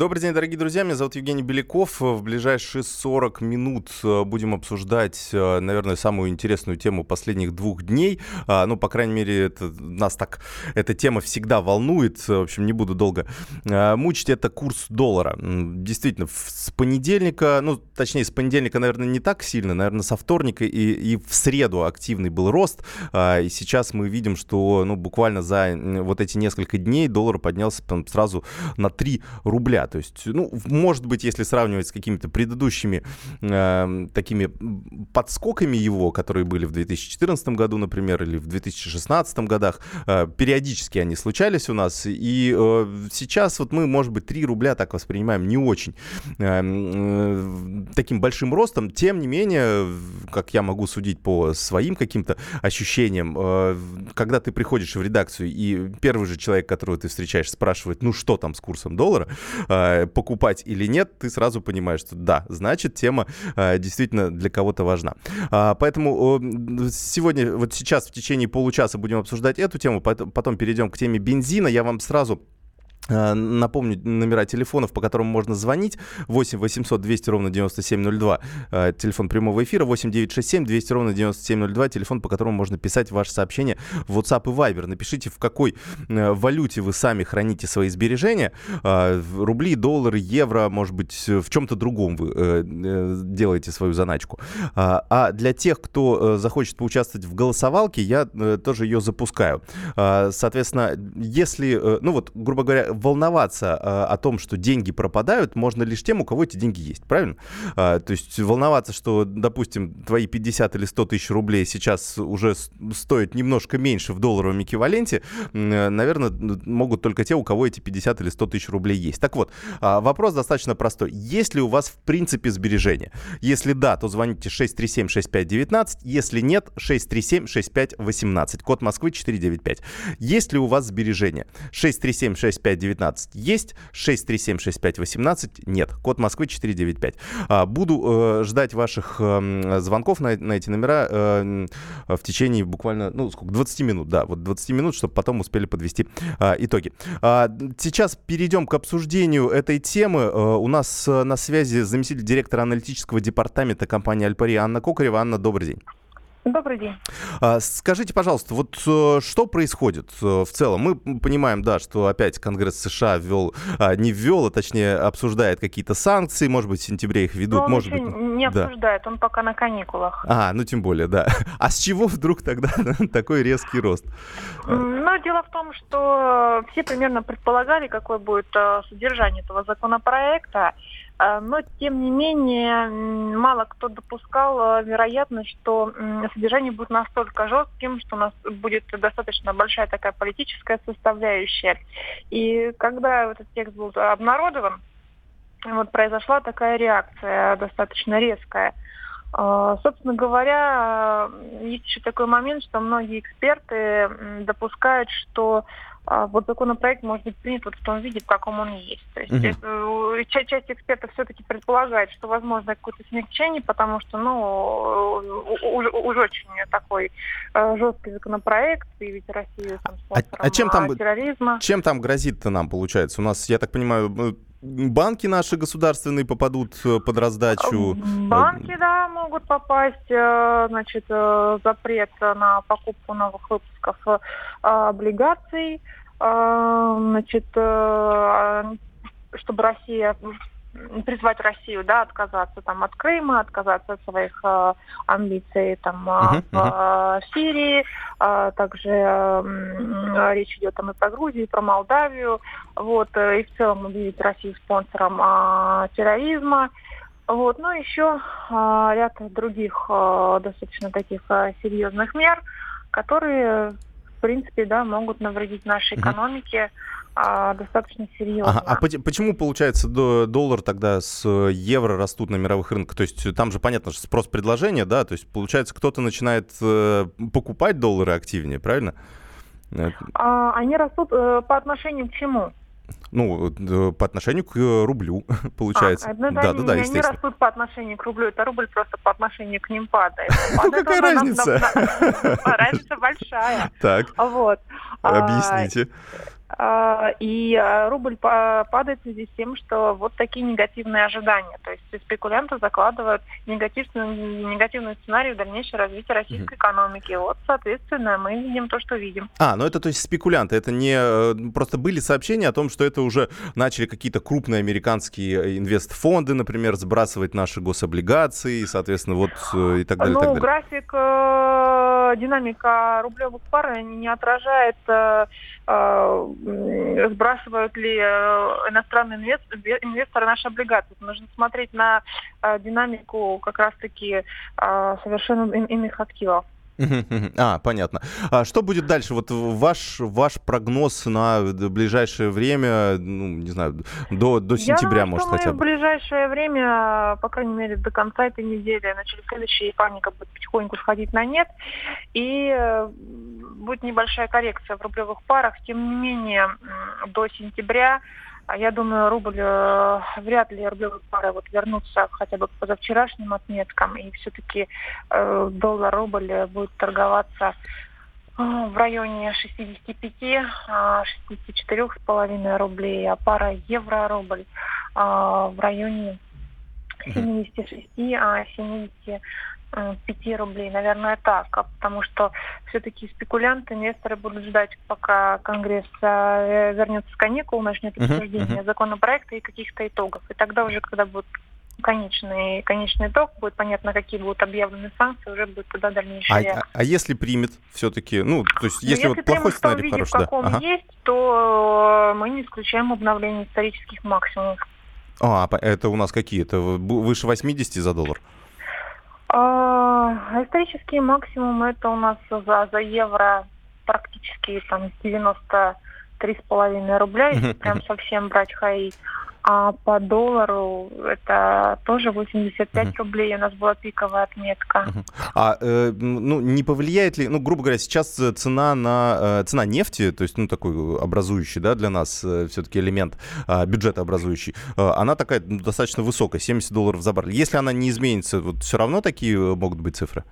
Добрый день, дорогие друзья. Меня зовут Евгений Беляков. В ближайшие 40 минут будем обсуждать, наверное, самую интересную тему последних 2 дней. Ну, по крайней мере, нас так эта тема всегда волнует. В общем, не буду долго мучить. Это курс доллара. Действительно, с понедельника, ну, точнее, с понедельника, наверное, не так сильно. Наверное, со вторника и в среду активный был рост. И сейчас мы видим, что, ну, буквально за вот эти несколько дней доллар поднялся там сразу на 3 рубля. То есть, ну, может быть, если сравнивать с какими-то предыдущими такими подскоками его, которые были в 2014 году, например, или в 2016 годах, периодически они случались у нас. И сейчас вот мы, может быть, 3 рубля так воспринимаем не очень таким большим ростом. Тем не менее, как я могу судить по своим каким-то ощущениям, когда ты приходишь в редакцию, и первый же человек, которого ты встречаешь, спрашивает, ну что там с курсом доллара, покупать или нет, ты сразу понимаешь, что да, значит, тема действительно для кого-то важна. Поэтому сегодня, вот сейчас в течение получаса будем обсуждать эту тему, потом перейдем к теме бензина. Я вам сразу напомню номера телефонов, по которым можно звонить. 8 800 200 ровно 9702. Телефон прямого эфира. 8 967 200 ровно 9702. Телефон, по которому можно писать ваши сообщения в WhatsApp и Viber. Напишите, в какой валюте вы сами храните свои сбережения. Рубли, доллары, евро, может быть, в чем-то другом вы делаете свою заначку. А для тех, кто захочет поучаствовать в голосовалке, я тоже ее запускаю. Соответственно, если, ну вот, грубо говоря, волноваться о том, что деньги пропадают, можно лишь тем, у кого эти деньги есть, правильно? То есть волноваться, что, допустим, твои 50 или 100 тысяч рублей сейчас уже стоят немножко меньше в долларовом эквиваленте, наверное, могут только те, у кого эти 50 или 100 тысяч рублей есть. Так вот, вопрос достаточно простой. Есть ли у вас в принципе сбережения? Если да, то звоните 637-6519. Если нет, 637-6518. Код Москвы 495. Есть ли у вас сбережения? 637-6519 есть, 637-6518 нет. Код Москвы 495. Буду ждать ваших звонков на эти номера в течение буквально, ну, сколько, 20 минут. Да, вот 20 минут, чтобы потом успели подвести итоги. Сейчас перейдем к обсуждению этой темы. У нас на связи заместитель директора аналитического департамента компании «Альпари» Анна Кокарева. Анна, добрый день. Добрый день. Скажите, пожалуйста, вот что происходит в целом? Мы понимаем, да, что опять Конгресс США не ввел, а точнее обсуждает какие-то санкции, может быть, в сентябре их ведут. Но он может еще быть, не обсуждает, он пока на каникулах. Ну тем более, да. А с чего вдруг тогда такой резкий рост? Ну, дело в том, что все примерно предполагали, какое будет содержание этого законопроекта. Но, тем не менее, мало кто допускал вероятность, что содержание будет настолько жестким, что у нас будет достаточно большая такая политическая составляющая. И когда этот текст был обнародован, вот произошла такая реакция достаточно резкая. Собственно говоря, есть еще такой момент, что многие эксперты допускают, что вот законопроект может быть принят вот в том виде, в каком он есть. То есть часть экспертов все-таки предполагает, что возможно какое-то смягчение, потому что, уже очень такой жесткий законопроект, и ведь Россия там спонсором терроризма. Чем там грозит-то нам, получается? У нас, я так понимаю, банки наши государственные попадут под раздачу? Банки, да, могут попасть, значит, запрет на покупку новых выпусков облигаций, значит, чтобы Россия, призвать Россию, да, отказаться там от Крыма, отказаться от своих амбиций там в Сирии, также речь идет там и про Грузию, и про Молдавию, вот, и в целом объявить Россию спонсором терроризма. Вот, но еще ряд других достаточно таких серьезных мер, которые, в принципе, да, могут навредить нашей экономике достаточно серьезно. А почему, получается, доллар тогда с евро растут на мировых рынках? То есть там же, понятно, что спрос-предложение, да? То есть, получается, кто-то начинает покупать доллары активнее, правильно? Они растут по отношению к чему? Ну, по отношению к рублю, получается. Да, естественно. Они растут по отношению к рублю, это рубль просто по отношению к ним падает. Ну, какая разница? Разница большая. Так, объясните. И рубль падает в связи с тем, что вот такие негативные ожидания. То есть спекулянты закладывают негативный сценарий в дальнейшее развитие российской экономики. Вот, соответственно, мы видим то, что видим. Ну это то есть спекулянты. Это не... Просто были сообщения о том, что это уже начали какие-то крупные американские инвестфонды, например, сбрасывать наши гособлигации, и, соответственно, вот и так далее, и так далее. График, динамика рублевых пар не отражает, сбрасывают ли иностранные инвесторы наши облигации. Нужно смотреть на динамику как раз-таки совершенно иных активов. Понятно. А что будет дальше? Вот ваш прогноз на ближайшее время, не знаю, до сентября, может, хотя бы? В ближайшее время, по крайней мере, до конца этой недели, начали следующая паника будет потихоньку сходить на нет, и будет небольшая коррекция в рублевых парах. Тем не менее, до сентября, я думаю, вряд ли рублевые пары вернутся хотя бы к позавчерашним отметкам, и все-таки доллар-рубль будет торговаться в районе 65-64,5 рублей, а пара евро-рубль в районе 76-75 рублей, наверное, так, потому что все-таки спекулянты, инвесторы будут ждать, пока Конгресс вернется с каникул, начнет обсуждение законопроекта и каких-то итогов. И тогда уже, когда будет конечный итог, будет понятно, какие будут объявлены санкции, уже будет туда дальнейшая реакция. А если примет все-таки, то есть если вот плохой сценарий, хороший, в каком есть, то мы не исключаем обновление исторических максимумов. Это у нас какие-то? Выше 80 за доллар? Исторический максимум это у нас за евро практически 93,5 рубля, если прям совсем брать хаи. А по доллару это тоже 85 рублей, у нас была пиковая отметка. Не повлияет ли, грубо говоря, сейчас цена нефти, то есть, такой образующий, да, для нас все-таки элемент бюджетообразующий, она такая достаточно высокая, $70 за баррель. Если она не изменится, все равно такие могут быть цифры?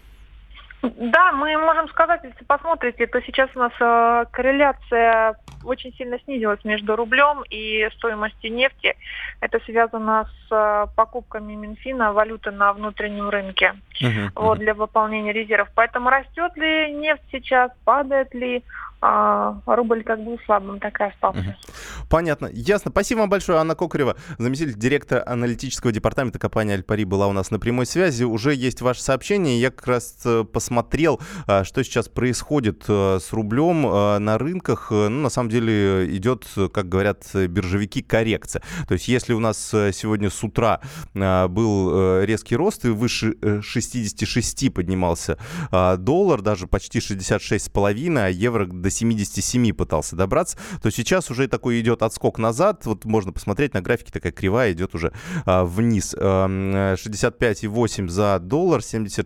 Да, мы можем сказать, если посмотрите, то сейчас у нас корреляция очень сильно снизилась между рублем и стоимостью нефти. Это связано с покупками Минфина валюты на внутреннем рынке для выполнения резервов. Поэтому растет ли нефть сейчас, падает ли, рубль как бы слабым так и остался. Понятно. Ясно. Спасибо вам большое, Анна Кокарева, заместитель директора аналитического департамента компании «Альпари» была у нас на прямой связи. Уже есть ваше сообщение. Я как раз посмотрел, что сейчас происходит с рублем на рынках. На самом деле идет, как говорят биржевики, коррекция. То есть если у нас сегодня с утра был резкий рост и выше 66 поднимался доллар, даже почти 66,5, а евро до 77 пытался добраться, то сейчас уже такой идет отскок назад. Вот можно посмотреть на графике, такая кривая идет уже вниз. 65,8 за доллар,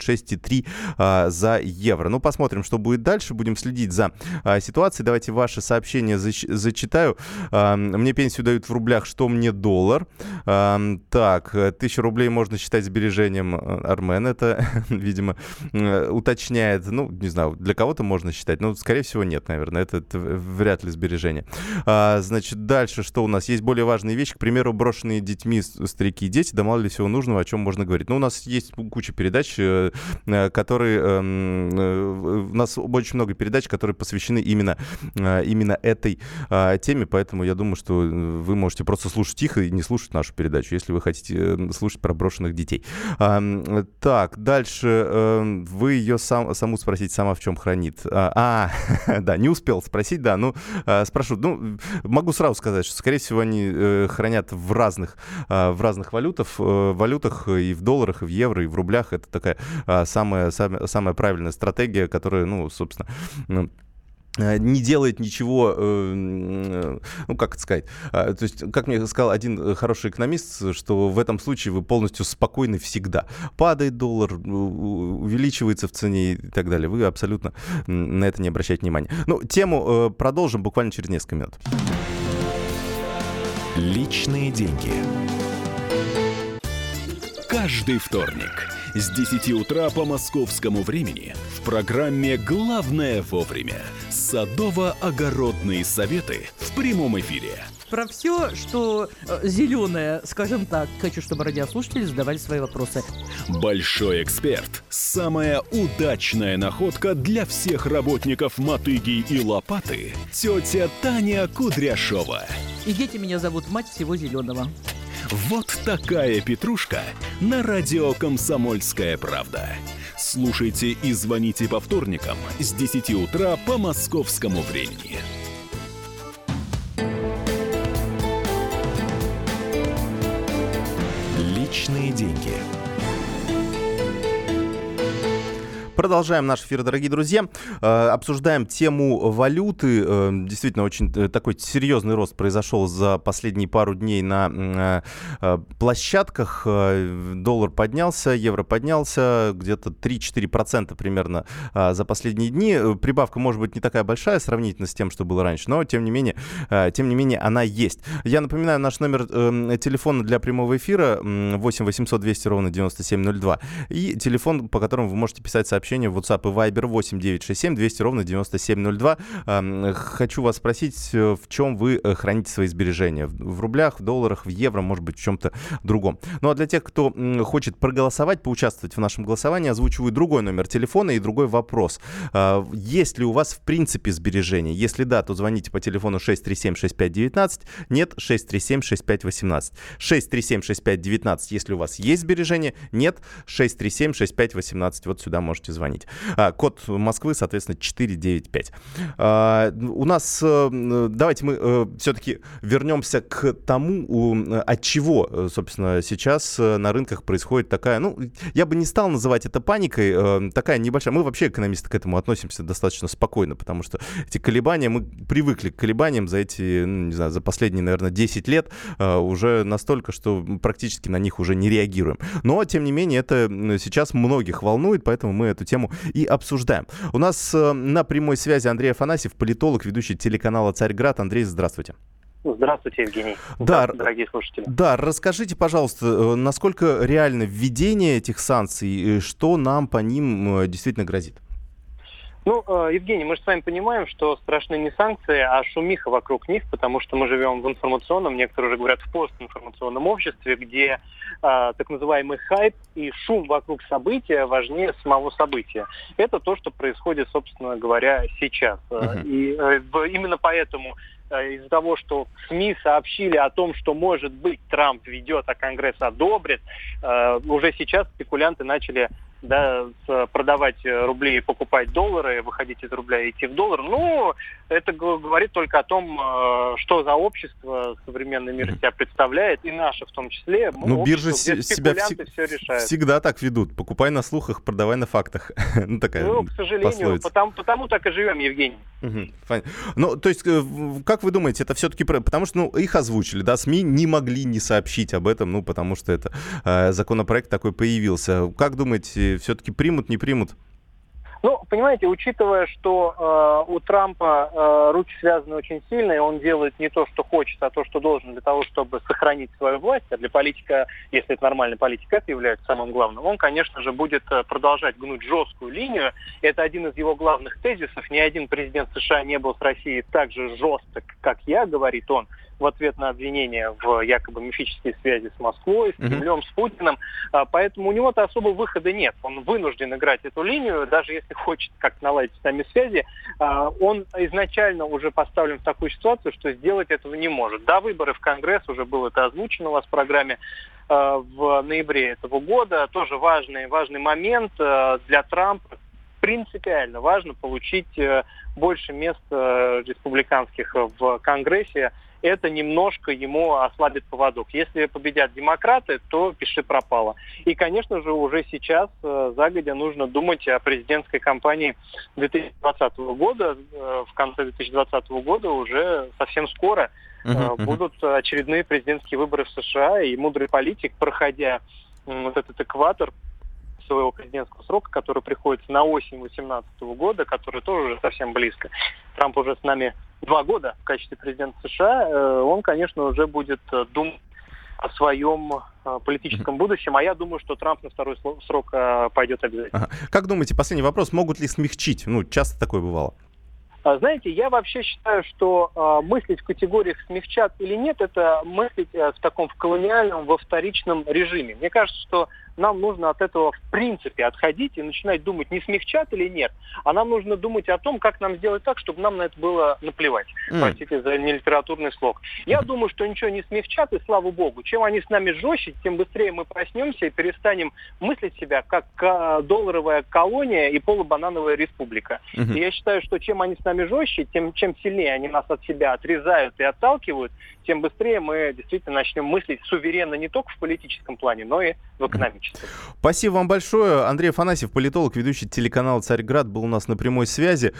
76,3 за евро. Посмотрим, что будет дальше. Будем следить за ситуацией. Давайте ваши сообщения зачитаю. Мне пенсию дают в рублях, что мне доллар. Так, 1000 рублей можно считать сбережением. Армен это, видимо, уточняет. Не знаю, для кого-то можно считать, но, скорее всего, нет, наверное. Это вряд ли сбережение. Значит, дальше что у нас? Есть более важные вещи. К примеру, брошенные детьми старики и дети. Да мало ли всего нужного, о чем можно говорить. У нас есть куча передач, которые... У нас очень много передач, которые посвящены именно этой теме, поэтому я думаю, что вы можете просто слушать их и не слушать нашу передачу, если вы хотите слушать про брошенных детей. Так, дальше вы ее саму спросите, сама в чем хранит. Да, не успел спросить, да, спрошу. Могу сразу сказать, что, скорее всего, они хранят в разных валютах, и в долларах, и в евро, и в рублях. Это такая самая правильная стратегия, которая, собственно... не делает ничего, как это сказать, то есть, как мне сказал один хороший экономист, что в этом случае вы полностью спокойны всегда. Падает доллар, увеличивается в цене и так далее. Вы абсолютно на это не обращаете внимания. Тему продолжим буквально через несколько минут. Личные деньги. Каждый вторник С 10 утра по московскому времени в программе «Главное вовремя» садово-огородные советы в прямом эфире. Про все, что зеленое, скажем так. Хочу, чтобы радиослушатели задавали свои вопросы. Большой эксперт. Самая удачная находка для всех работников «Мотыги» и «Лопаты». Тетя Таня Кудряшова. И дети меня зовут мать всего зеленого. Вот такая петрушка на радио «Комсомольская правда». Слушайте и звоните по вторникам с 10 утра по московскому времени. Личные деньги. Продолжаем наш эфир, дорогие друзья. Обсуждаем тему валюты. Действительно, очень такой серьезный рост произошел за последние пару дней на площадках. Доллар поднялся, евро поднялся где-то 3-4% примерно за последние дни. Прибавка может быть не такая большая сравнительно с тем, что было раньше, но тем не менее она есть. Я напоминаю, наш номер телефона для прямого эфира 8 800 200 ровно 9702 и телефон, по которому вы можете писать сообщения в WhatsApp и Viber 8 967 200 ровно 9702. Хочу вас спросить, в чем вы храните свои сбережения? В рублях, в долларах, в евро, может быть, в чем-то другом. Ну а для тех, кто хочет проголосовать, поучаствовать в нашем голосовании, озвучиваю другой номер телефона и другой вопрос. Есть ли у вас в принципе сбережения? Если да, то звоните по телефону 637-6519, нет, 637-6518. 637-6519, если у вас есть сбережения, нет, 637-6518. Вот сюда можете звонить. Код Москвы, соответственно, 495. У нас, давайте мы все-таки вернемся к тому, от чего, собственно, сейчас на рынках происходит такая, я бы не стал называть это паникой, такая небольшая. Мы вообще, экономисты, к этому относимся достаточно спокойно, потому что эти колебания, мы привыкли к колебаниям за эти, не знаю, за последние, наверное, 10 лет уже настолько, что практически на них уже не реагируем. Но, тем не менее, это сейчас многих волнует, поэтому мы эту тему и обсуждаем. У нас на прямой связи Андрей Афанасьев, политолог, ведущий телеканала «Царьград». Андрей, здравствуйте. Здравствуйте, Евгений. Да, дорогие слушатели. Да, расскажите, пожалуйста, насколько реально введение этих санкций, что нам по ним действительно грозит? Евгений, мы же с вами понимаем, что страшны не санкции, а шумиха вокруг них, потому что мы живем в информационном, некоторые уже говорят, в постинформационном обществе, где так называемый хайп и шум вокруг события важнее самого события. Это то, что происходит, собственно говоря, сейчас. И именно поэтому из-за того, что СМИ сообщили о том, что, может быть, Трамп ведет, а Конгресс одобрит, уже сейчас спекулянты начали продавать рубли и покупать доллары, выходить из рубля и идти в доллар. Это говорит только о том, что за общество современный мир себя представляет, и наше в том числе. Биржи себя все решают. Всегда так ведут. Покупай на слухах, продавай на фактах. Такая к сожалению, потому так и живем, Евгений. То есть, как вы думаете, это все-таки... Потому что, их озвучили, да, СМИ не могли не сообщить об этом, потому что это законопроект такой появился. Как думаете, все-таки примут, не примут? Понимаете, учитывая, что у Трампа руки связаны очень сильно, и он делает не то, что хочет, а то, что должен для того, чтобы сохранить свою власть, а для политика, если это нормальный политик, это является самым главным, он, конечно же, будет продолжать гнуть жесткую линию. Это один из его главных тезисов. Ни один президент США не был с Россией так же жесток, как я, говорит он, в ответ на обвинения в якобы мифические связи с Москвой, с Кремлем, с Путиным. Поэтому у него-то особо выхода нет. Он вынужден играть эту линию, даже если хочет как-то наладить с нами связи. Он изначально уже поставлен в такую ситуацию, что сделать этого не может. До выборов в Конгресс, уже было это озвучено у вас в программе, в ноябре этого года. Тоже важный момент для Трампа. Принципиально важно получить больше мест республиканских в Конгрессе. Это немножко ему ослабит поводок. Если победят демократы, то пиши пропало. И, конечно же, уже сейчас загодя нужно думать о президентской кампании 2020 года. В конце 2020 года уже совсем скоро будут очередные президентские выборы в США. И мудрый политик, проходя этот экватор своего президентского срока, который приходится на осень 2018 года, который тоже уже совсем близко. Трамп уже с нами 2 года в качестве президента США. Он, конечно, уже будет думать о своем политическом будущем. А я думаю, что Трамп на второй срок пойдет обязательно. Ага. Как думаете, последний вопрос, могут ли смягчить? Ну, часто такое бывало. Знаете, я вообще считаю, что мыслить в категориях смягчат или нет, это мыслить в таком в колониальном, во вторичном режиме. Мне кажется, что нам нужно от этого в принципе отходить и начинать думать, не смягчат или нет, а нам нужно думать о том, как нам сделать так, чтобы нам на это было наплевать. Простите за нелитературный слог. Я думаю, что ничего не смягчат, и слава богу. Чем они с нами жестче, тем быстрее мы проснемся и перестанем мыслить себя как долларовая колония и полубанановая республика. И я считаю, что чем они с нами жестче, чем сильнее они нас от себя отрезают и отталкивают, тем быстрее мы действительно начнем мыслить суверенно не только в политическом плане, но и в экономическом. Спасибо вам большое. Андрей Афанасьев, политолог, ведущий телеканала «Царьград», был у нас на прямой связи.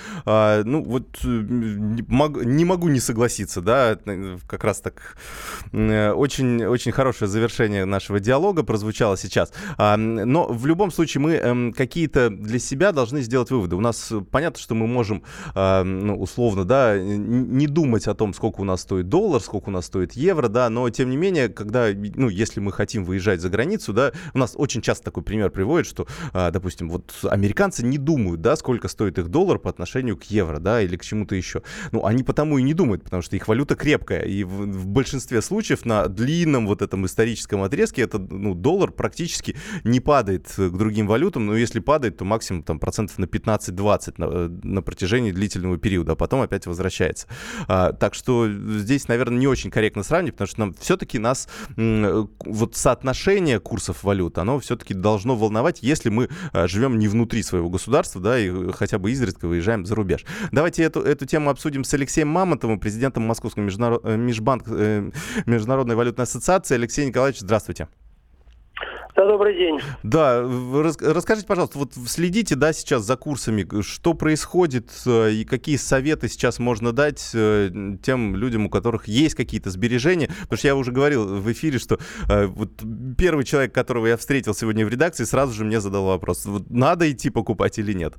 Не могу не согласиться, да, как раз так очень, очень хорошее завершение нашего диалога прозвучало сейчас. Но в любом случае мы какие-то для себя должны сделать выводы. У нас понятно, что мы можем, условно, да, не думать о том, сколько у нас стоит доллар, сколько у нас стоит евро, да, но тем не менее, когда, если мы хотим выезжать за границу, да, у нас очень часто такой пример приводит, что, допустим, вот американцы не думают, да, сколько стоит их доллар по отношению к евро, да, или к чему-то еще. Они потому и не думают, потому что их валюта крепкая, и в большинстве случаев на длинном вот этом историческом отрезке этот доллар практически не падает к другим валютам, но если падает, то максимум там процентов на 15-20 на протяжении длительного периода, а потом опять возвращается. Так что здесь, наверное, не очень корректно сравнивать, потому что нам все-таки вот соотношение курсов валют, оно все-таки должно волновать, если мы живем не внутри своего государства, да, и хотя бы изредка выезжаем за рубеж. Давайте эту тему обсудим с Алексеем Мамонтовым, президентом Московской международной валютной ассоциации. Алексей Николаевич, здравствуйте. Да, добрый день. Да, расскажите, пожалуйста, вот следите, да, сейчас за курсами, что происходит и какие советы сейчас можно дать тем людям, у которых есть какие-то сбережения, потому что я уже говорил в эфире, что вот первый человек, которого я встретил сегодня в редакции, сразу же мне задал вопрос, вот надо идти покупать или нет?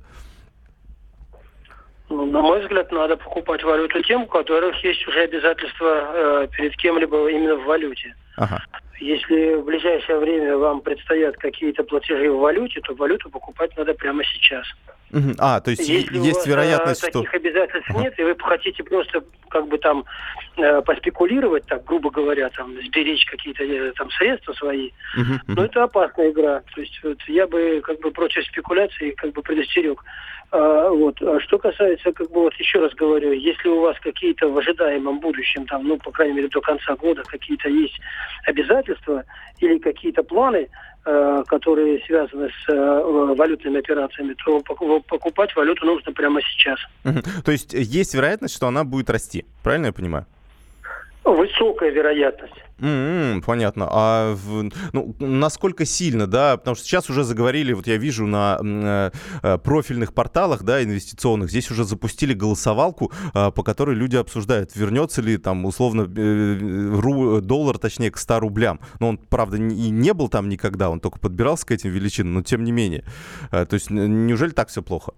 На мой взгляд, надо покупать валюту тем, у которых есть уже обязательства перед кем-либо именно в валюте. Ага. Если в ближайшее время вам предстоят какие-то платежи в валюте, то валюту покупать надо прямо сейчас. То есть если есть вероятность, что... таких обязательств нет, и вы хотите просто поспекулировать, так, грубо говоря, сберечь какие-то средства свои, но это опасная игра. То есть я бы против спекуляций предостерег. А что касается, еще раз говорю, если у вас какие-то в ожидаемом будущем, по крайней мере, до конца года какие-то есть обязательства или какие-то планы, которые связаны с валютными операциями, то покупать валюту нужно прямо сейчас. То есть есть вероятность, что она будет расти, правильно я понимаю? Высокая вероятность. Понятно. А насколько сильно, да? Потому что сейчас уже заговорили, вот я вижу на профильных порталах, да, инвестиционных, здесь уже запустили голосовалку, по которой люди обсуждают, вернется ли условно доллар, точнее, к 100 рублям. Но он, правда, и не был там никогда, он только подбирался к этим величинам, но тем не менее. То есть неужели так все плохо?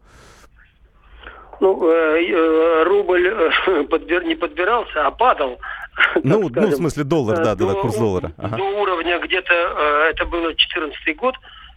Рубль не подбирался, а падал. В смысле доллар, да, курс доллара. До уровня где-то, это было 2014 год,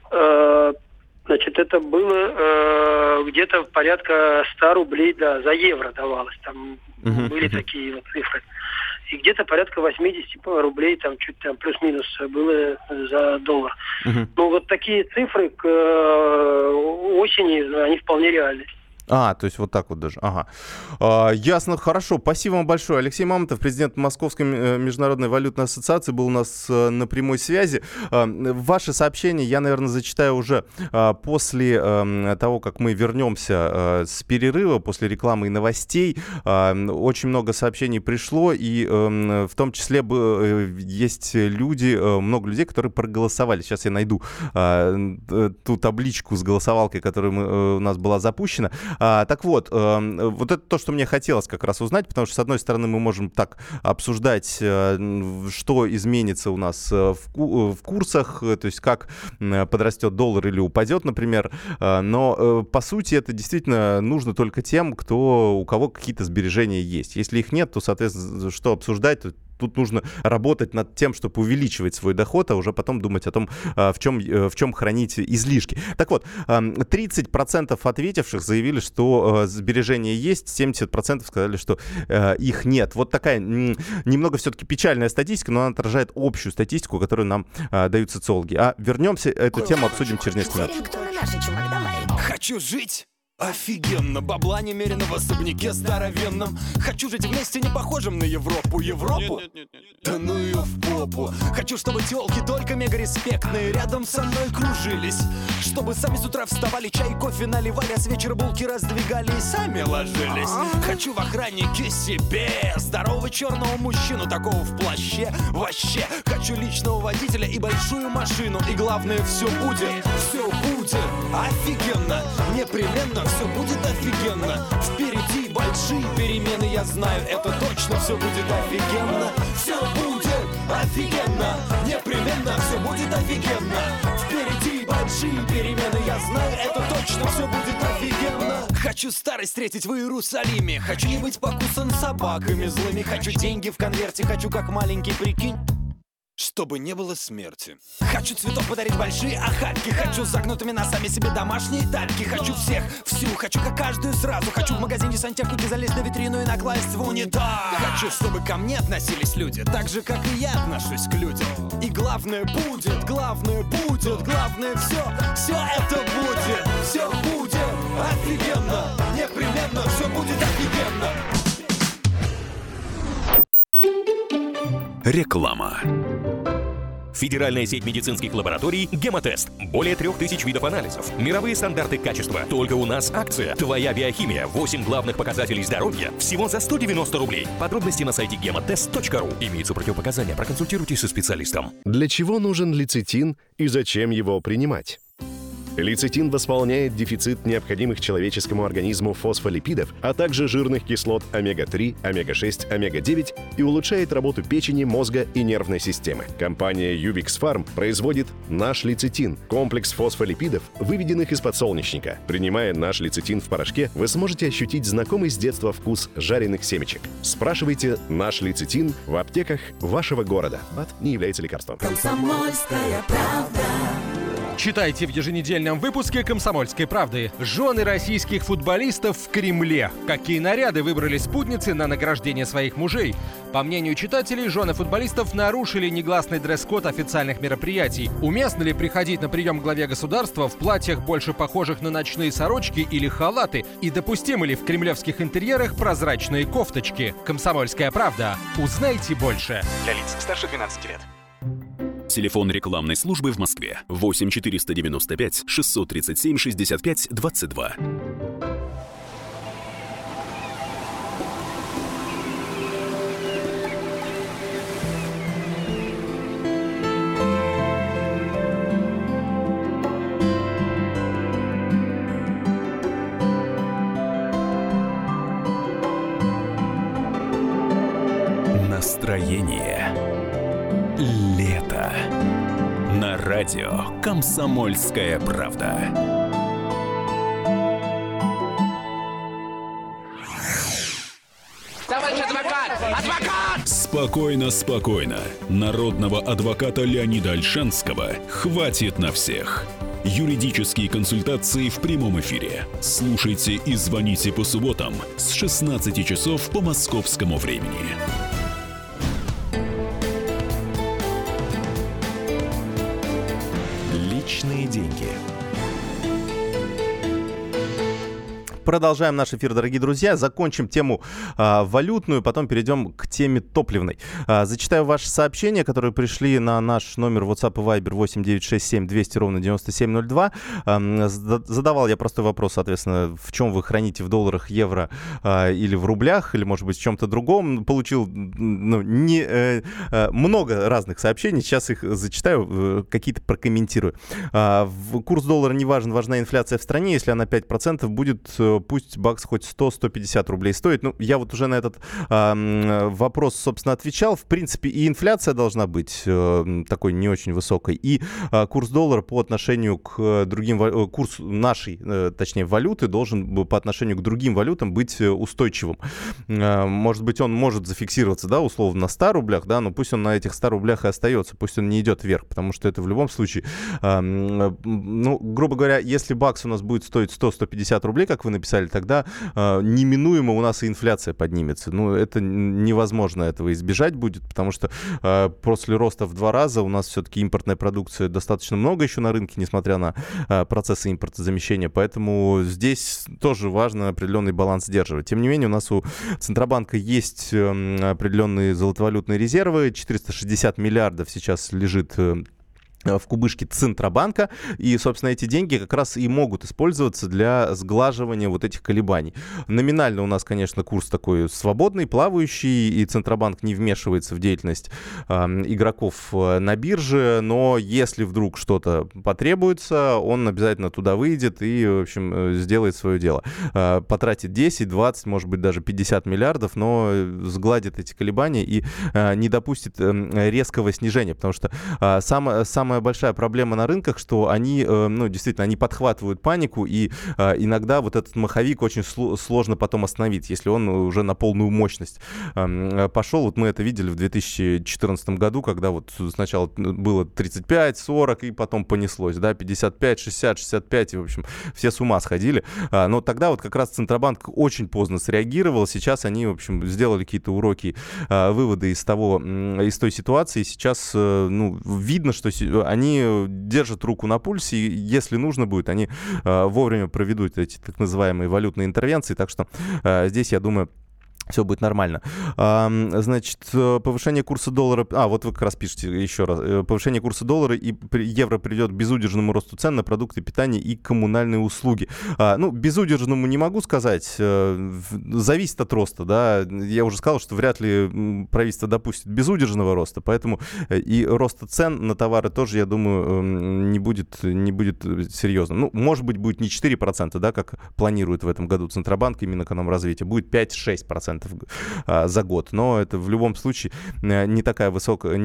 это было где-то порядка 100 рублей, да, за евро давалось. Там были такие цифры. И где-то порядка 80 рублей, чуть плюс-минус было за доллар. Такие цифры к осени, они вполне реальны. То есть вот так вот даже. Ага. Ясно, хорошо. Спасибо вам большое. Алексей Мамонтов, президент Московской международной валютной ассоциации, был у нас на прямой связи. Ваши сообщения я, наверное, зачитаю уже после того, как мы вернемся с перерыва, после рекламы и новостей. Очень много сообщений пришло, и в том числе есть много людей, которые проголосовали. Сейчас я найду ту табличку с голосовалкой, которая у нас была запущена. Так вот это то, что мне хотелось как раз узнать, потому что, с одной стороны, мы можем так обсуждать, что изменится у нас в курсах, то есть как подрастет доллар или упадет, например, но, по сути, это действительно нужно только тем, у кого какие-то сбережения есть. Если их нет, то, соответственно, что обсуждать, то тут нужно работать над тем, чтобы увеличивать свой доход, а уже потом думать о том, в чем хранить излишки. Так вот, 30% ответивших заявили, что сбережения есть, 70% сказали, что их нет. Вот такая немного все-таки печальная статистика, но она отражает общую статистику, которую нам дают социологи. А вернемся, эту тему обсудим через несколько минут. Хочу жить офигенно, бабла немерено в особняке здоровенном. Хочу жить вместе, не похожим на Европу. Европу? Да ну ее в попу. Хочу, чтобы тёлки только мега респектные рядом со мной кружились. Чтобы сами с утра вставали, чай, кофе наливали, а с вечера булки раздвигали и сами ложились. Хочу в охраннике себе здорового черного мужчину, такого в плаще. Вообще, хочу личного водителя и большую машину. И главное, все будет офигенно. Непременно все будет офигенно. Впереди большие перемены, я знаю, это точно. Все будет офигенно. Все будет офигенно. Непременно все будет офигенно. Впереди большие перемены, я знаю, это точно. Все будет офигенно. Хочу старость встретить в Иерусалиме. Хочу не быть покусан собаками злыми. Хочу деньги в конверте, хочу как маленький, прикинь, чтобы не было смерти. Хочу цветов подарить большие охапки. Хочу с загнутыми носами себе домашние тапки. Хочу всех, всю, хочу как каждую сразу. Хочу в магазине сантехники залезть на витрину и накласть в унитаз. Хочу, чтобы ко мне относились люди так же, как и я отношусь к людям. И главное будет, главное будет, главное все это будет. Все будет офигенно. Непременно все будет офигенно. Реклама. Федеральная сеть медицинских лабораторий «Гемотест». Более 3000 видов анализов. Мировые стандарты качества. Только у нас акция. Твоя биохимия. 8 главных показателей здоровья. Всего за 190 рублей. Подробности на сайте gemotest.ru. Имеются противопоказания. Проконсультируйтесь со специалистом. Для чего нужен лецитин и зачем его принимать? Лецитин восполняет дефицит необходимых человеческому организму фосфолипидов, а также жирных кислот омега-3, омега-6, омега-9 и улучшает работу печени, мозга и нервной системы. Компания Uvix Farm производит наш лецитин – комплекс фосфолипидов, выведенных из подсолнечника. Принимая наш лецитин в порошке, вы сможете ощутить знакомый с детства вкус жареных семечек. Спрашивайте наш лецитин в аптеках вашего города. БАД не является лекарством. Комсомольская правда. Читайте в еженедельном выпуске «Комсомольской правды». Жены российских футболистов в Кремле. Какие наряды выбрали спутницы на награждение своих мужей? По мнению читателей, жены футболистов нарушили негласный дресс-код официальных мероприятий. Уместно ли приходить на прием к главе государства в платьях, больше похожих на ночные сорочки или халаты? И допустимы ли в кремлевских интерьерах прозрачные кофточки? «Комсомольская правда». Узнайте больше. Для лиц старше 12 лет. Телефон рекламной службы в Москве 8 495 637 65 22. Настроение. Лето. На радио «Комсомольская правда». Товарищ адвокат! Адвокат! Спокойно, спокойно. Народного адвоката Леонида Ольшанского хватит на всех. Юридические консультации в прямом эфире. Слушайте и звоните по субботам с 16 часов по московскому времени. Личные деньги. Продолжаем наш эфир, дорогие друзья. Закончим тему валютную, потом перейдем к теме топливной. Зачитаю ваши сообщения, которые пришли на наш номер WhatsApp и Viber 8967 200 ровно 9702. Задавал я простой вопрос, соответственно, в чем вы храните: в долларах, евро или в рублях, или, может быть, в чем-то другом. Получил много разных сообщений. Сейчас их зачитаю, какие-то прокомментирую. Курс доллара не важен, важна инфляция в стране. Если она 5% будет, пусть бакс хоть 100-150 рублей стоит. Ну, я вот уже на этот вопрос, собственно, отвечал. В принципе, и инфляция должна быть такой не очень высокой, и курс доллара по отношению к другим, курс нашей, точнее, валюты должен по отношению к другим валютам быть устойчивым. Может быть, он может зафиксироваться, да, условно, на 100 рублях, да, но пусть он на этих 100 рублях и остается, пусть он не идет вверх, потому что это в любом случае, ну, грубо говоря, если бакс у нас будет стоить 100-150 рублей, как вы написали, тогда неминуемо у нас и инфляция поднимется. Ну, это невозможно этого избежать будет, потому что после роста в 2 раза у нас все-таки импортная продукция достаточно много еще на рынке, несмотря на процессы импортозамещения, поэтому здесь тоже важно определенный баланс сдерживать. Тем не менее, у нас у Центробанка есть определенные золотовалютные резервы, 460 миллиардов сейчас лежит в кубышке Центробанка, и, собственно, эти деньги как раз и могут использоваться для сглаживания вот этих колебаний. Номинально у нас, конечно, курс такой свободный, плавающий, и Центробанк не вмешивается в деятельность игроков на бирже, но если вдруг что-то потребуется, он обязательно туда выйдет и, в общем, сделает свое дело. Потратит 10, 20, может быть, даже 50 миллиардов, но сгладит эти колебания и не допустит резкого снижения, потому что самая большая проблема на рынках, что они, ну, действительно, они подхватывают панику, и иногда вот этот маховик очень сложно потом остановить, если он уже на полную мощность пошел. Вот мы это видели в 2014 году, когда вот сначала было 35, 40, и потом понеслось, да, 55, 60, 65, и, в общем, все с ума сходили. Но тогда вот как раз Центробанк очень поздно среагировал, сейчас они, в общем, сделали какие-то уроки, выводы из той ситуации, сейчас, ну, видно, что они держат руку на пульсе, и если нужно будет, они вовремя проведут эти так называемые валютные интервенции. Так что здесь, я думаю, все будет нормально. Значит, повышение курса доллара... вот вы как раз пишете еще раз. Повышение курса доллара и евро приведет к безудержному росту цен на продукты питания и коммунальные услуги. Ну, безудержному не могу сказать. Зависит от роста, да. Я уже сказал, что вряд ли правительство допустит безудержного роста, поэтому и роста цен на товары тоже, я думаю, не будет серьезным. Ну, может быть, будет не 4%, да, как планирует в этом году Центробанк и Минэкономразвития, будет 5-6% за год, но это в любом случае не такая высокая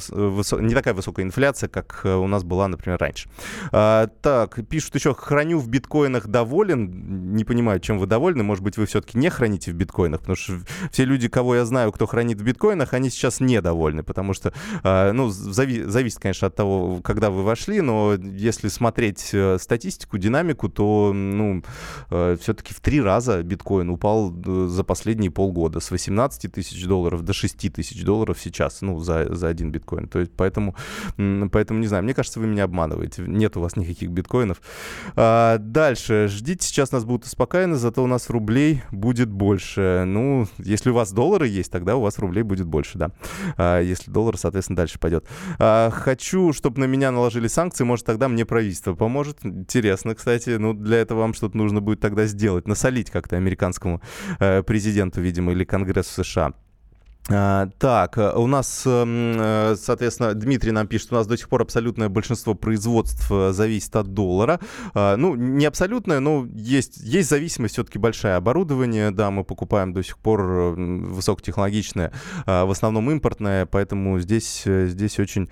инфляция, как у нас была, например, раньше. Так, пишут еще: храню в биткоинах, доволен. Не понимаю, чем вы довольны. Может быть, вы все-таки не храните в биткоинах, потому что все люди, кого я знаю, кто хранит в биткоинах, они сейчас недовольны, потому что, ну, зависит, конечно, от того, когда вы вошли, но если смотреть статистику, динамику, то, ну, все-таки в 3 раза биткоин упал за последние полгода, с 18 тысяч долларов до 6 тысяч долларов сейчас, ну, за один биткоин. То есть, поэтому, не знаю, мне кажется, вы меня обманываете. Нет у вас никаких биткоинов. Дальше. Ждите, сейчас нас будут успокаиваны, зато у нас рублей будет больше. Ну, если у вас доллары есть, тогда у вас рублей будет больше, да. Если доллар, соответственно, дальше пойдет. Хочу, чтобы на меня наложили санкции, может, тогда мне правительство поможет. Интересно, кстати. Ну, для этого вам что-то нужно будет тогда сделать. Насолить как-то американскому президенту, видимо, или Конгрессу США. Так, у нас, соответственно, Дмитрий нам пишет, у нас до сих пор абсолютное большинство производств зависит от доллара. Ну, не абсолютное, но есть зависимость все-таки большая. Оборудование, да, мы покупаем до сих пор высокотехнологичное, в основном импортное, поэтому здесь очень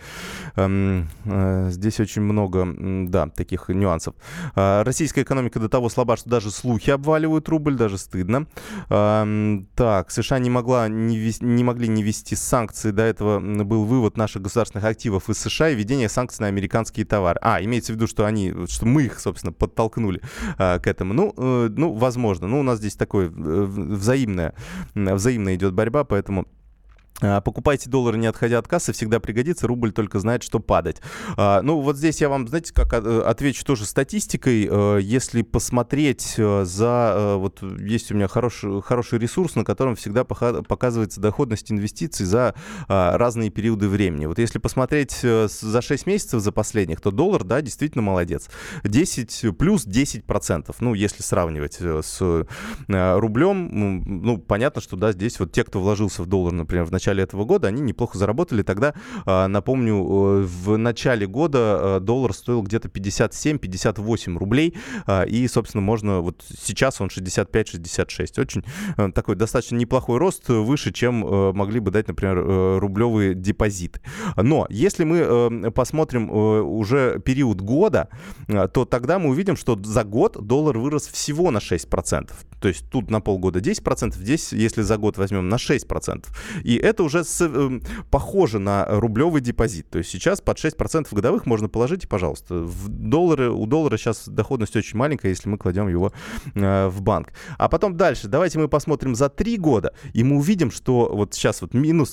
много, да, таких нюансов. Российская экономика до того слаба, что даже слухи обваливают рубль, даже стыдно. Так, США не могли не ввести санкции. До этого был вывод наших государственных активов из США и введение санкций на американские товары. Имеется в виду, что мы их, собственно, подтолкнули к этому. Ну, возможно. Ну, у нас здесь такое взаимная идет борьба, поэтому... Покупайте доллары, не отходя от кассы, всегда пригодится, рубль только знает, что падать. Ну, вот здесь я вам, знаете, как отвечу тоже статистикой. Если посмотреть вот есть у меня хороший ресурс, на котором всегда показывается доходность инвестиций за разные периоды времени. Вот если посмотреть за 6 месяцев за последних, то доллар, да, действительно молодец. Плюс 10%. Ну, если сравнивать с рублем, ну, понятно, что, да, здесь вот те, кто вложился в доллар, например, в начале начале этого года, они неплохо заработали. Тогда, напомню, в начале года доллар стоил где-то 57-58 рублей, и, собственно, можно, вот сейчас он 65-66. Очень такой достаточно неплохой рост, выше, чем могли бы дать, например, рублевые депозиты. Но если мы посмотрим уже период года, то тогда мы увидим, что за год доллар вырос всего на 6%. То есть тут на полгода 10%, здесь, если за год возьмем, на 6%. И это уже похоже на рублевый депозит. То есть сейчас под 6% годовых можно положить, и, пожалуйста, у доллара сейчас доходность очень маленькая, если мы кладем его в банк. А потом дальше. Давайте мы посмотрим за 3 года, и мы увидим, что вот сейчас вот минус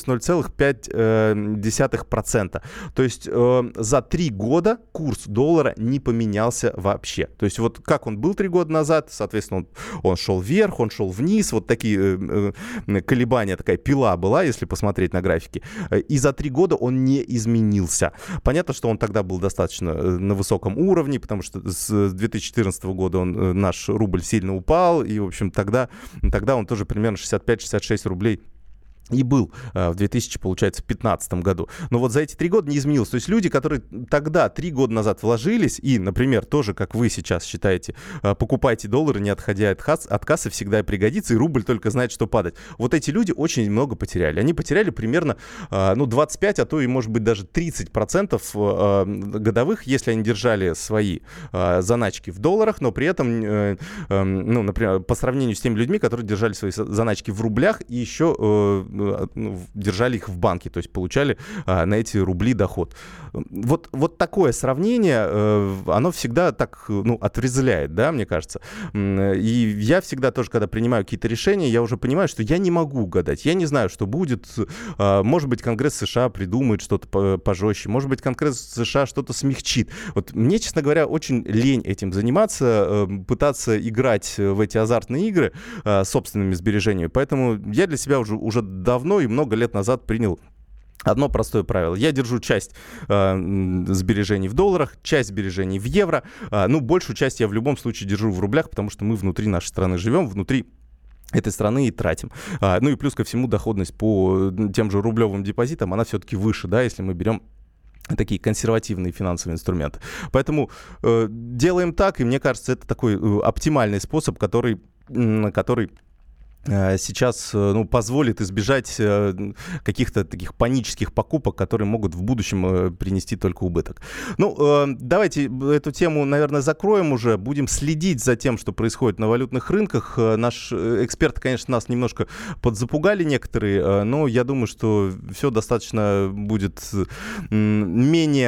0,5%. То есть за 3 года курс доллара не поменялся вообще. То есть вот как он был 3 года назад, соответственно, он шел вверх, он шел вниз, вот такие колебания, такая пила была, если посмотреть на графики. И за 3 года он не изменился. Понятно, что он тогда был достаточно на высоком уровне, потому что с 2014 года наш рубль сильно упал, и, в общем, тогда он тоже примерно 65-66 рублей и был в 2015 году. Но вот за эти 3 года не изменилось. То есть люди, которые тогда, 3 года назад вложились, и, например, тоже, как вы сейчас считаете, покупайте доллары, не отходя от кассы, всегда пригодится, и рубль только знает, что падать. Вот эти люди очень много потеряли. Они потеряли примерно 25, а то и, может быть, даже 30% годовых, если они держали свои заначки в долларах, но при этом, например, по сравнению с теми людьми, которые держали свои заначки в рублях и еще держали их в банке, то есть получали на эти рубли доход. Вот такое сравнение, оно всегда так, отрезвляет, да, мне кажется. И я всегда тоже, когда принимаю какие-то решения, я уже понимаю, что я не могу гадать, я не знаю, что будет. Может быть, Конгресс США придумает что-то пожестче, может быть, Конгресс США что-то смягчит. Вот мне, честно говоря, очень лень этим заниматься, пытаться играть в эти азартные игры собственными сбережениями, поэтому я для себя уже давно и много лет назад принял одно простое правило. Я держу часть сбережений в долларах, часть сбережений в евро. Большую часть я в любом случае держу в рублях, потому что мы внутри нашей страны живем, внутри этой страны и тратим. И плюс ко всему доходность по тем же рублевым депозитам, она все-таки выше, да, если мы берем такие консервативные финансовые инструменты. Поэтому делаем так, и мне кажется, это такой оптимальный способ, который сейчас позволит избежать каких-то таких панических покупок, которые могут в будущем принести только убыток. Давайте эту тему, наверное, закроем уже. Будем следить за тем, что происходит на валютных рынках. Наши эксперты, конечно, нас немножко подзапугали некоторые, но я думаю, что все достаточно будет менее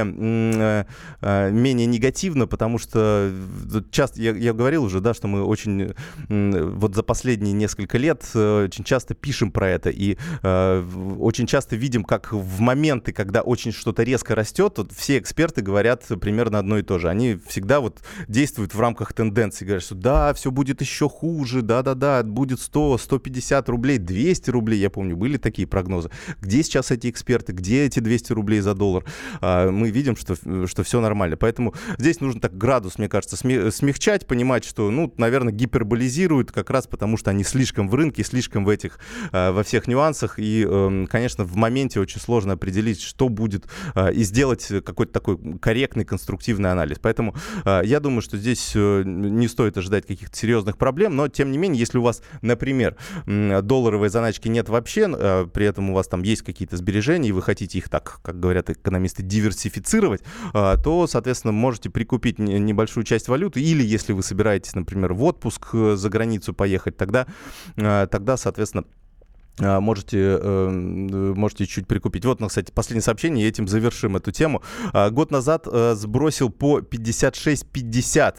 негативно, потому что часто, я говорил уже, да, что мы очень вот за последние несколько лет очень часто пишем про это и очень часто видим, как в моменты, когда очень что-то резко растет, вот все эксперты говорят примерно одно и то же. Они всегда вот действуют в рамках тенденций, говорят, что да, все будет еще хуже, да, будет 100, 150 рублей, 200 рублей, я помню, были такие прогнозы. Где сейчас эти эксперты, где эти 200 рублей за доллар? Мы видим, что все нормально. Поэтому здесь нужно так градус, мне кажется, смягчать, понимать, что, наверное, гиперболизируют как раз потому, что они слишком в рынке, слишком во всех нюансах, и, конечно, в моменте очень сложно определить, что будет, и сделать какой-то такой корректный, конструктивный анализ. Поэтому я думаю, что здесь не стоит ожидать каких-то серьезных проблем, но, тем не менее, если у вас, например, долларовой заначки нет вообще, при этом у вас там есть какие-то сбережения, и вы хотите их так, как говорят экономисты, диверсифицировать, то, соответственно, можете прикупить небольшую часть валюты, или если вы собираетесь, например, в отпуск за границу поехать, тогда, соответственно, можете чуть прикупить. Вот, кстати, последнее сообщение, и этим завершим эту тему. Год назад сбросил по 56,50.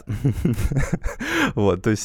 Вот, то есть,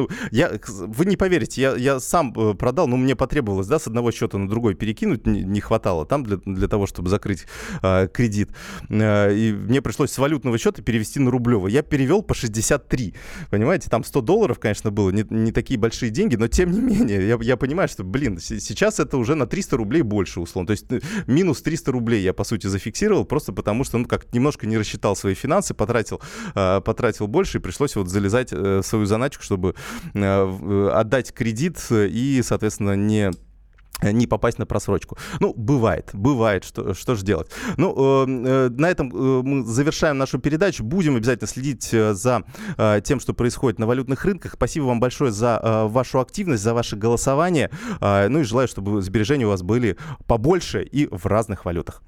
вы не поверите, я сам продал, но мне потребовалось, да, с одного счета на другой перекинуть, не хватало там для того, чтобы закрыть кредит. И мне пришлось с валютного счета перевести на рублевый. Я перевел по 63. Понимаете, там $100, конечно, было, не такие большие деньги, но тем не менее, я понимаю, что, сейчас это уже на 300 рублей больше, условно. То есть минус 300 рублей я, по сути, зафиксировал, просто потому что, немножко не рассчитал свои финансы, потратил больше, и пришлось вот залезать в свою заначку, чтобы отдать кредит и, соответственно, не не попасть на просрочку. Ну, бывает, что же делать. Ну, на этом мы завершаем нашу передачу. Будем обязательно следить за тем, что происходит на валютных рынках. Спасибо вам большое за вашу активность, за ваше голосование. Ну и желаю, чтобы сбережения у вас были побольше и в разных валютах.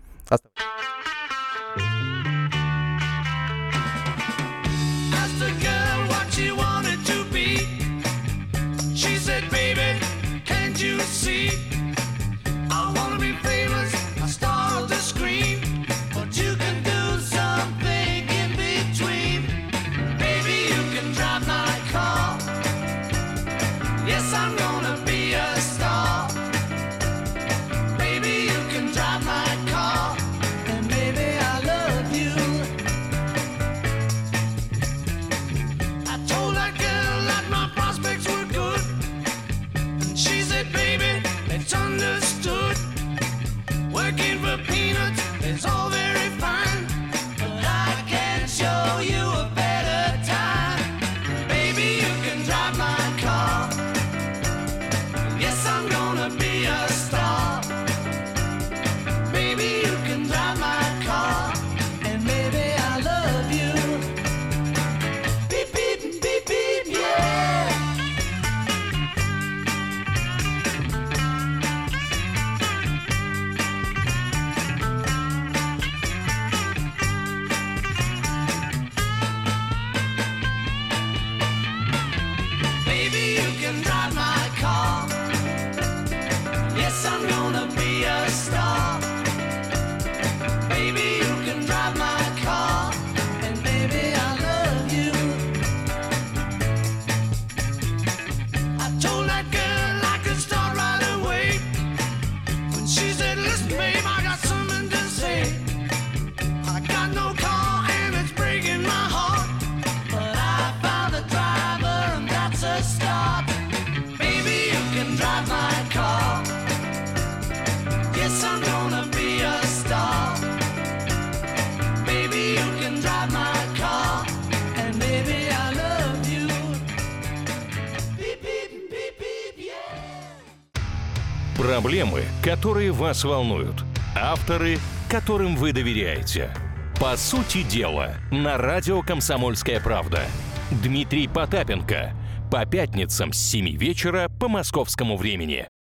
Проблемы, которые вас волнуют. Авторы, которым вы доверяете. По сути дела, на радио «Комсомольская правда». Дмитрий Потапенко. По пятницам с 7 вечера по московскому времени.